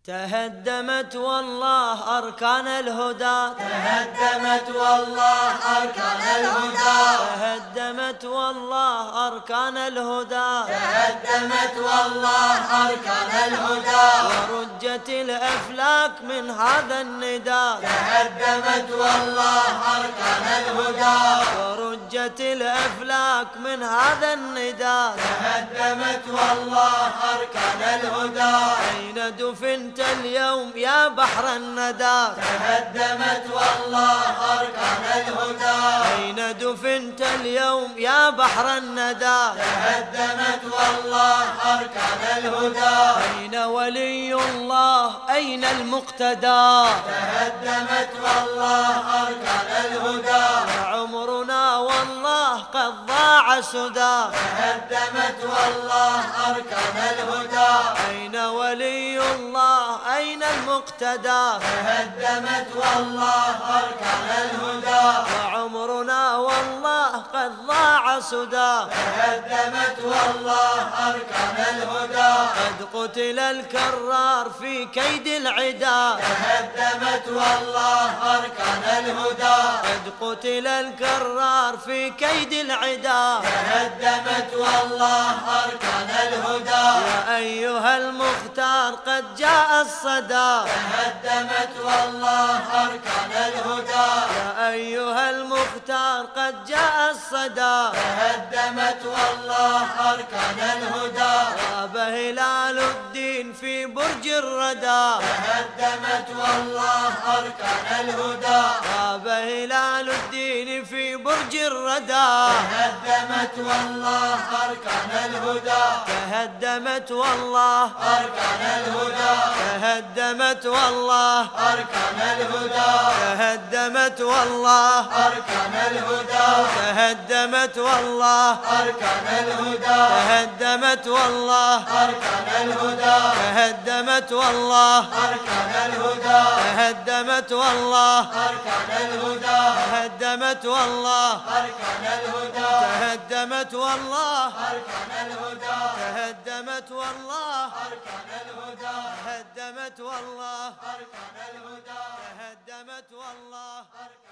تهدمت والله أركان الهدى، تهدمت والله أركان الهدى، تهدمت والله أركان الهدى، تهدمت والله أركان الهدى، ورجت الأفلاك من هذا النداء، تهدمت والله أركان الهدى، ورجت الأفلاك من هذا النداء، تهدمت والله أركان الهدى. أين دفنت اليوم يا بحر الندى؟ تهدمت والله أركان الهدى، أين دفنت اليوم يا بحر الندى؟ تهدمت والله أركان الهدى، أين ولي الله أين المقتدى؟ تهدمت والله أركان الهدى، عمرنا والله قد ضاع سدى، تهدمت والله أركان الهدى، أين ولي الله أين المقتدى؟ تهدمت والله أركان الهدى، وعمرنا والله قد ضاع سدى، تهدمت والله أركان الهدى، قد قتل الكرار في كيد العدا، تهدمت والله أركان الهدى، قد قتل الكرار في كيد العدا، تهدمت والله أركان الهدى، يا أيها المختار قد جاء الصدى، تهدمت والله أركان الهدى، يا أيها المختار قد جاء الصدى، تهدمت والله أركان الهدى، غاب هلال الدين في برج الردى، تهدمت والله أركان الهدى، غاب هلال الدين في برج الردى، تهدمت والله أركان الهدى، تهدمت والله أركان الهدى، تهدمت والله أركان الهدى، تهدمت والله أركان الهدى، تهدمت والله أركان الهدى، تهدمت والله أركان الهدى، تهدمت والله أركان الهدى، تهدمت والله أركان الهدى، تهدمت والله أركان الهدى، تهدمت والله أركان الهدى، تهدمت والله أركان الهدى، تهدمت والله أركان الهدى، تهدمت والله